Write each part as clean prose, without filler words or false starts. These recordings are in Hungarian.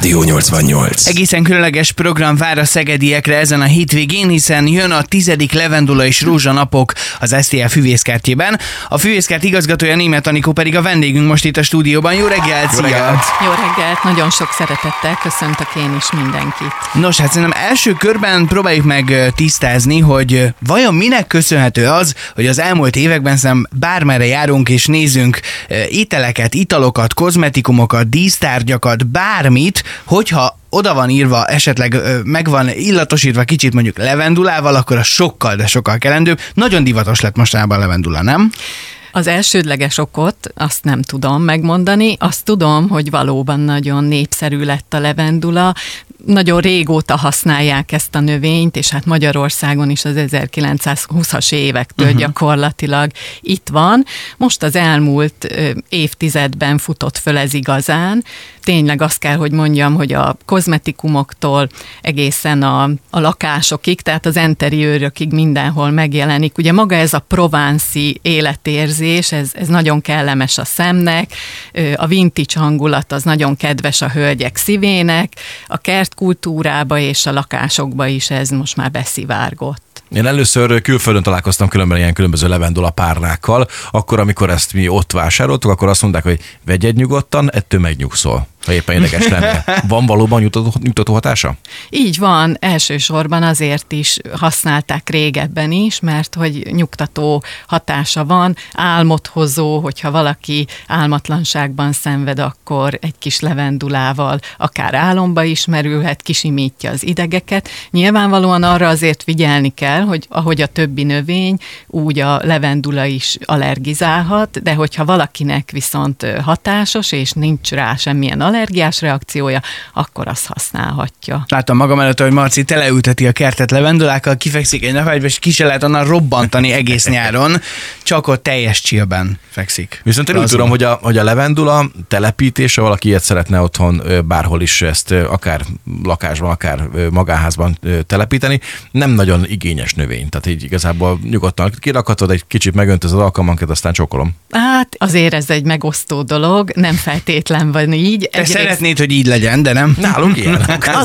Rádió 88. Egészen különleges program vár a szegediekre ezen a hétvégén, hiszen jön a 10. levendula és rózsa napok az STL füvészkertjében. A füvészkert igazgatója, Németh Anikó pedig a vendégünk most itt a stúdióban. Jó reggelt, szia! Jó reggelt, nagyon sok szeretettel köszöntök én is mindenkit. Nos, hát szerintem első körben próbáljuk meg tisztázni, hogy vajon minek köszönhető az, hogy az elmúlt években szerintem bármerre járunk és nézünk ételeket, italokat, kozmetikumokat, dísztárgyakat, bármit, hogyha oda van írva, esetleg meg van illatosítva kicsit mondjuk levendulával, akkor az sokkal, de sokkal kelendőbb. Nagyon divatos lett mostanában a levendula, nem? Az elsődleges okot azt nem tudom megmondani, azt tudom, hogy valóban nagyon népszerű lett a levendula. Nagyon régóta használják ezt a növényt, és hát Magyarországon is az 1920-as évektől gyakorlatilag itt van. Most az elmúlt évtizedben futott föl ez igazán. Tényleg azt kell, hogy mondjam, hogy a kozmetikumoktól egészen a lakásokig, tehát az enteriőrökig mindenhol megjelenik. Ugye maga ez a provence-i életérzés, ez nagyon kellemes a szemnek, a vintage hangulat az nagyon kedves a hölgyek szívének, a kertkultúrába és a lakásokba is ez most már beszivárgott. Én először külföldön találkoztam különben ilyen különböző levendula párnákkal, akkor, amikor ezt mi ott vásároltuk, akkor azt mondták, hogy vegyed nyugodtan, ettől megnyugszol, ha éppen érdekes lenne. Van valóban nyugtató hatása? Így van, elsősorban azért is használták régebben is, mert hogy nyugtató hatása van, álmot hozó, hogyha valaki álmatlanságban szenved, akkor egy kis levendulával akár álomba is merülhet, kisimítja az idegeket. Nyilvánvalóan arra azért figyelni kell, hogy ahogy a többi növény, úgy a levendula is allergizálhat, de hogyha valakinek viszont hatásos, és nincs rá semmilyen allergiás reakciója, akkor azt használhatja. Láttam magam előtt, hogy Marci teleülteti a kertet levendulákkal, kifekszik egy napágyba, és ki se lehet onnan robbantani egész nyáron, csak ott teljes chillben fekszik. Viszont én úgy tudom, hogy a levendula telepítése, valaki ilyet szeretne otthon bárhol is ezt akár lakásban, akár magánházban telepíteni, nem nagyon igényes növény. Tehát így igazából nyugodtan kirakhatod, egy kicsit megöntöz az alkalmankat, aztán csókolom. Hát azért ez egy megosztó dolog, nem feltétlen van így. Te szeretnéd, hogy így legyen, de nem? Nálunk ilyen.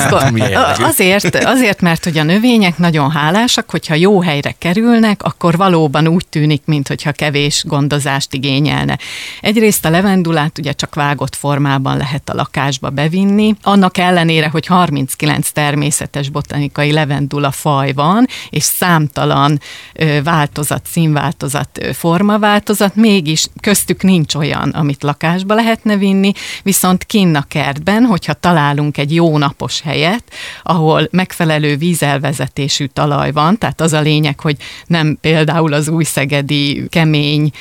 Azért, mert hogy a növények nagyon hálásak, hogyha jó helyre kerülnek, akkor valóban úgy tűnik, mintha kevés gondozást igényelne. Egyrészt a levendulát ugye csak vágott formában lehet a lakásba bevinni, annak ellenére, hogy 39 természetes botanikai levendula faj van, és számtalan változat, színváltozat, formaváltozat, mégis köztük nincs olyan, amit lakásba lehetne vinni, viszont kinn a kertben, hogyha találunk egy jó napos helyet, ahol megfelelő vízelvezetésű talaj van, tehát az a lényeg, hogy nem például az újszegedi kemény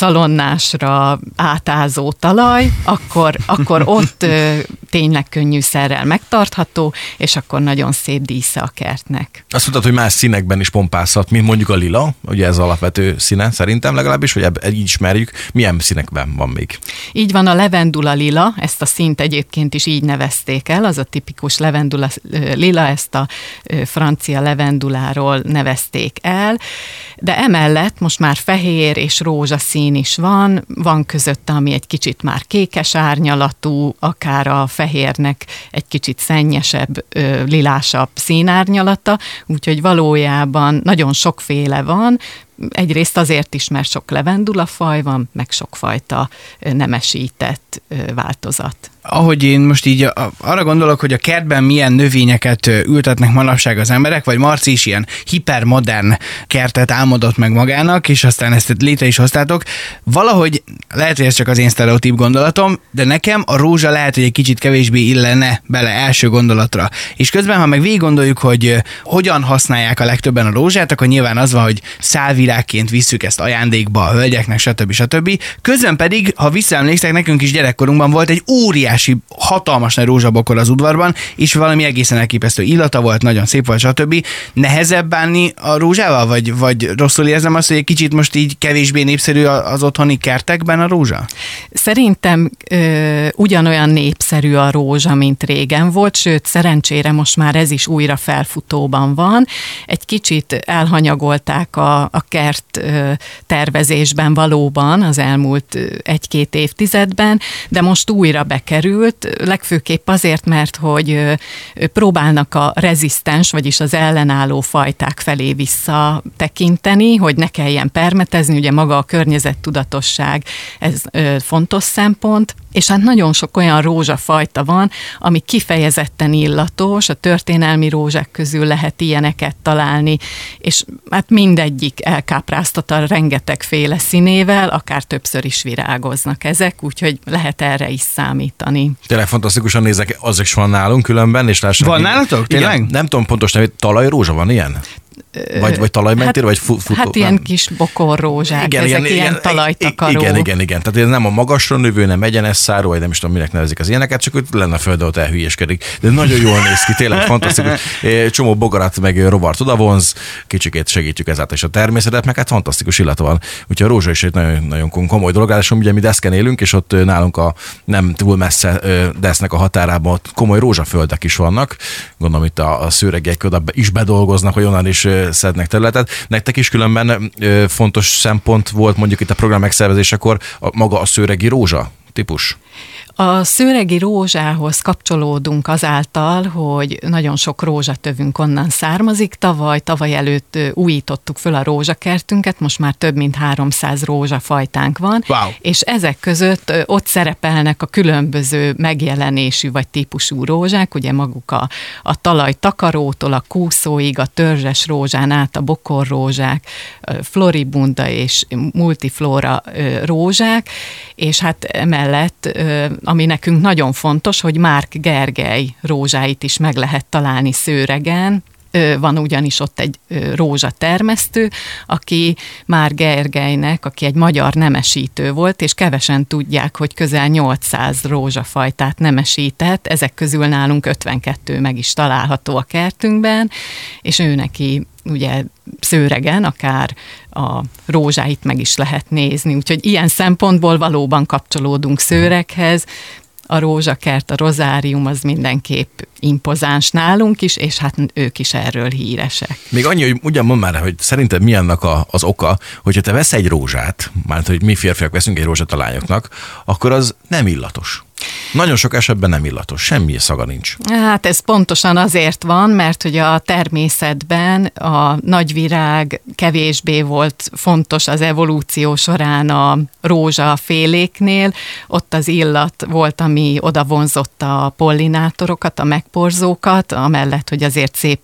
szalonnásra átázó talaj, akkor ott tényleg könnyűszerrel megtartható, és akkor nagyon szép dísze a kertnek. Azt mondtad, hogy más színekben is pompázhat, mint mondjuk a lila, ugye ez alapvető színe szerintem legalábbis, hogy így ismerjük. Milyen színekben van még? Így van, a levendula lila, ezt a színt egyébként is így nevezték el, az a tipikus levendula lila, ezt a francia levenduláról nevezték el, de emellett most már fehér és rózsaszín is van közötte, ami egy kicsit már kékes árnyalatú, akár a fehérnek egy kicsit szennyesebb, lilásabb színárnyalata, úgyhogy valójában nagyon sokféle van, egyrészt azért is, mert sok levendulafaj van, meg sokfajta nemesített változat. Ahogy én most így arra gondolok, hogy a kertben milyen növényeket ültetnek manapság az emberek, vagy Marci is ilyen hipermodern kertet álmodott meg magának, és aztán ezt létre is hoztátok. Valahogy, lehet, hogy ez csak az én sztereotíp gondolatom, de nekem a rózsa lehet, hogy egy kicsit kevésbé illene bele első gondolatra. És közben, ha meg végig gondoljuk, hogy hogyan használják a legtöbben a rózsát, akkor nyilván az van, hogy szálvirágként visszük ezt ajándékba a hölgyeknek, stb. Közben pedig, ha visszaemlékszek, nekünk is gyerekkorunkban volt egy óriási, hatalmas nagy rózsabokor az udvarban, és valami egészen elképesztő illata volt, nagyon szép volt, stb. Nehezebb bánni a rózsával, vagy rosszul érzem azt, hogy egy kicsit most így kevésbé népszerű az otthoni kertekben a rózsa? Szerintem ugyanolyan népszerű a rózsa, mint régen volt, sőt, szerencsére most már ez is újra felfutóban van. Egy kicsit elhanyagolták a kert tervezésben valóban az elmúlt 1-2 évtizedben, de most újra bekerült, legfőképp azért, mert hogy próbálnak a rezisztens, vagyis az ellenálló fajták felé visszatekinteni, hogy ne kelljen permetezni, ugye maga a környezettudatosság, ez fontos szempont, és hát nagyon sok olyan rózsafajta van, ami kifejezetten illatos, a történelmi rózsák közül lehet ilyeneket találni, és hát mindegyik elkápráztat a rengetegféle színével, akár többször is virágoznak ezek, úgyhogy lehet erre is számítani. Tényleg fantasztikusan nézek, az is van nálunk különben, és lássam. Van nálatok? Tényleg? Igen, nem tudom pontos nevét, talajrózsa van ilyen? Vagy talajmentér, vagy futó? Hát ilyen kis bokorrózsák, ezek ilyen talajtakaró. Igen. Tehát ez nem a magasra növő, nem egyenes száró, vagy nem is tudom, minek nevezik az ilyeneket, csak ott lenne a földön, ott elhülyéskedik. De nagyon jól néz ki, tényleg fantasztikus. Csomó bogarat meg robart odavonz, kicsikét segítjük ezáltal is a természetet, meg hát fantasztikus illata van. Úgyhogy a rózsa is egy nagyon, nagyon komoly dolog. Ráadásul ugye mi Deszken élünk, és ott nálunk a nem túl messze Desznek a határában ott komoly rózsaföldek is vannak. Gondolom itt a szőregiek oda is bedolgoznak, hogy onnan is szednek területet. Nektek is különben fontos szempont volt mondjuk itt a program megszervezésekor maga a szőregi rózsa típus? A szőregi rózsához kapcsolódunk azáltal, hogy nagyon sok rózsatövünk onnan származik. Tavaly előtt újítottuk föl a rózsakertünket, most már több mint 300 rózsafajtánk van, wow. És ezek között ott szerepelnek a különböző megjelenésű vagy típusú rózsák, ugye maguk a talajtakarótól a kúszóig, a törzses rózsán át a bokorrózsák, floribunda és multiflora rózsák, és hát emellett ami nekünk nagyon fontos, hogy Márk Gergely rózsáit is meg lehet találni Szőregen. Van ugyanis ott egy rózsatermesztő, aki Márk Gergelynek, aki egy magyar nemesítő volt, és kevesen tudják, hogy közel 800 rózsafajtát nemesített, ezek közül nálunk 52 meg is található a kertünkben, és ő neki ugye Szőregen akár a rózsáit meg is lehet nézni, úgyhogy ilyen szempontból valóban kapcsolódunk Szőreghez. A rózsakert, a rozárium az mindenképp impozáns nálunk is, és hát ők is erről híresek. Még annyi, hogy ugyan mondd már, hogy szerinted mi annak az oka, hogyha te vesz egy rózsát, mert hogy mi férfiak veszünk egy rózsát a lányoknak, akkor az nem illatos. Nagyon sok esetben nem illatos, semmi szaga nincs. Hát ez pontosan azért van, mert hogy a természetben a nagyvirág kevésbé volt fontos az evolúció során a rózsaféléknél, ott az illat volt, ami oda vonzotta a pollinátorokat, a megporzókat, amellett, hogy azért szép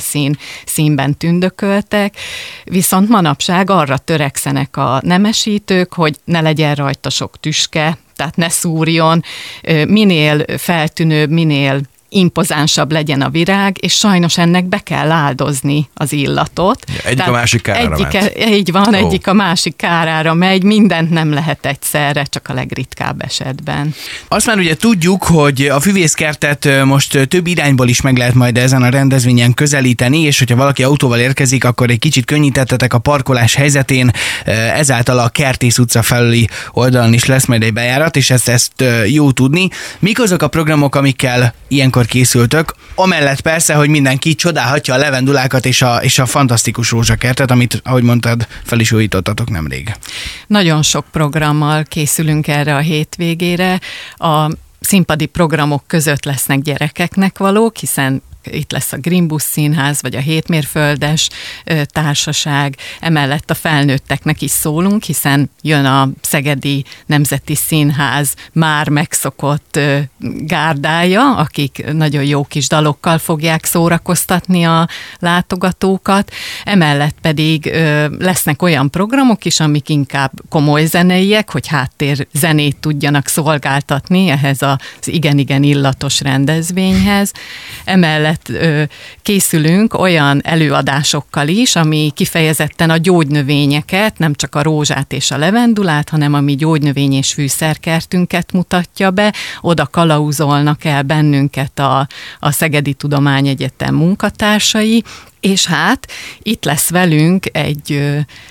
színben tündököltek, viszont manapság arra törekszenek a nemesítők, hogy ne legyen rajta sok tüske, tehát ne szúrjon, minél feltűnőbb, minél impozánsabb legyen a virág, és sajnos ennek be kell áldozni az illatot. Egyik a másik kárára megy. Így van, egyik a másik kárára megy, mindent nem lehet egyszerre, csak a legritkább esetben. Azt már ugye tudjuk, hogy a füvészkertet most több irányból is meg lehet majd ezen a rendezvényen közelíteni, és hogyha valaki autóval érkezik, akkor egy kicsit könnyítettetek a parkolás helyzetén, ezáltal a Kertész utca felüli oldalon is lesz majd egy bejárat, és ezt jó tudni. Mik azok a programok, amikkel ilyenkor készültök, amellett persze, hogy mindenki csodálhatja a levendulákat és a fantasztikus rózsakertet, amit, ahogy mondtad, fel is újítottatok nemrég. Nagyon sok programmal készülünk erre a hétvégére. A színpadi programok között lesznek gyerekeknek valók, hiszen itt lesz a Grimbus Színház, vagy a Hétmérföldes Társaság, emellett a felnőtteknek is szólunk, hiszen jön a Szegedi Nemzeti Színház már megszokott gárdája, akik nagyon jó kis dalokkal fogják szórakoztatni a látogatókat, emellett pedig lesznek olyan programok is, amik inkább komoly zeneiek, hogy háttér zenét tudjanak szolgáltatni ehhez az igen-igen illatos rendezvényhez. Emellett készülünk olyan előadásokkal is, ami kifejezetten a gyógynövényeket, nem csak a rózsát és a levendulát, hanem a mi gyógynövény és fűszerkertünket mutatja be. Oda kalauzolnak el bennünket a Szegedi Tudományegyetem munkatársai, És hát itt lesz velünk egy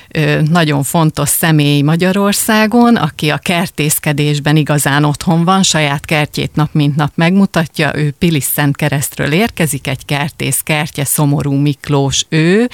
nagyon fontos személy Magyarországon, aki a kertészkedésben igazán otthon van, saját kertjét nap mint nap megmutatja, ő Pilis-Szentkeresztről érkezik, egy kertész, Kertye Szomorú Miklós ő,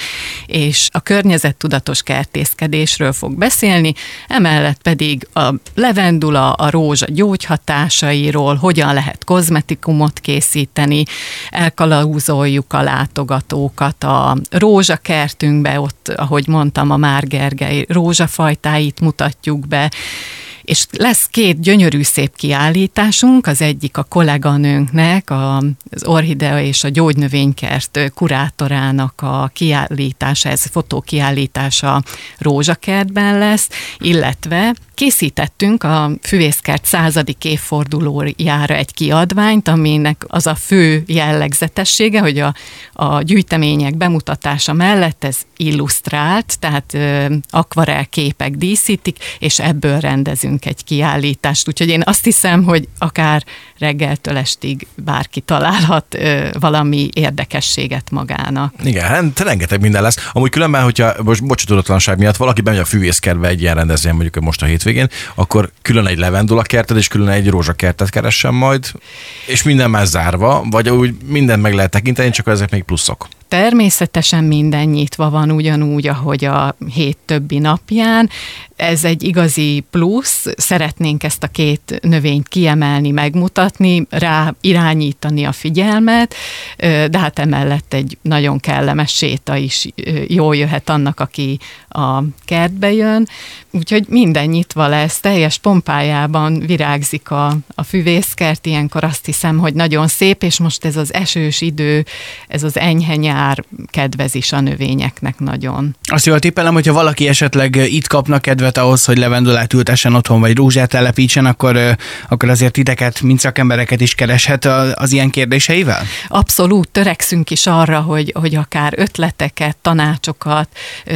és a környezettudatos kertészkedésről fog beszélni, emellett pedig a levendula, a rózsa gyógyhatásairól, hogyan lehet kozmetikumot készíteni, elkalauzoljuk a látogatókat a rózsakertünkbe, ott, ahogy mondtam, a Már Gergely rózsafajtáit mutatjuk be, és lesz 2 gyönyörű szép kiállításunk, az egyik a kolléganőnknek, az Orchidea és a Gyógynövénykert kurátorának a kiállítása, ez fotókiállítása rózsakertben lesz, illetve készítettünk a Füvészkert 100. évfordulójára egy kiadványt, aminek az a fő jellegzetessége, hogy a gyűjtemények bemutatása mellett ez illusztrált, tehát akvarellképek díszítik, és ebből rendezünk egy kiállítást. Úgyhogy én azt hiszem, hogy akár reggeltől estig bárki találhat valami érdekességet magának. Igen, rengeteg minden lesz. Amúgy különben, hogyha most bocsatudatlanság miatt valaki bemegy a Füvészkertbe egy ilyen rendezvény, mondjuk most a hétvégén, akkor külön egy levendula kertet és külön egy rózsakertet keressen majd, és minden már zárva, vagy úgy mindent meg lehet tekinteni, csak ezek még pluszok. Természetesen minden nyitva van ugyanúgy, ahogy a hét többi napján. Ez egy igazi plusz, szeretnénk ezt a 2 növényt kiemelni, megmutatni, rá irányítani a figyelmet, de hát emellett egy nagyon kellemes séta is jól jöhet annak, aki a kertbe jön. Úgyhogy minden nyitva lesz, teljes pompájában virágzik a füvészkert, ilyenkor azt hiszem, hogy nagyon szép, és most ez az esős idő, ez az enyhe nyár kedvez is a növényeknek nagyon. Azt jól tippelem, hogyha valaki esetleg itt kapna kedvet ahhoz, hogy levendulát ültessen otthon, vagy rózsát telepítsen, akkor azért titeket, mint szakembereket is kereshet az ilyen kérdéseivel? Abszolút, törekszünk is arra, hogy akár ötleteket, tanácsokat,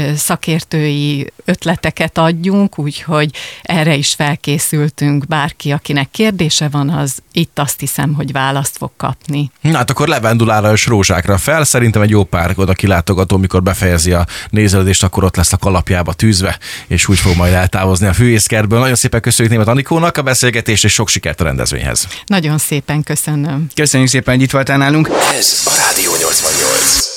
szakértői ötleteket adjunk, úgyhogy erre is felkészültünk. Bárki, akinek kérdése van, az itt azt hiszem, hogy választ fog kapni. Na hát akkor levendulára és rózsákra fel. Szerintem egy jó pár oda kilátogató, mikor befejezi a nézelődést, akkor ott lesz a kalapjába tűzve, és úgy fog majd eltávozni a Füvészkertből. Nagyon szépen köszönjük Németh Anikónak a beszélgetést, és sok sikert a rendezvényhez. Nagyon szépen köszönöm. Köszönjük szépen, hogy itt voltál nálunk. Ez a Rádió 88.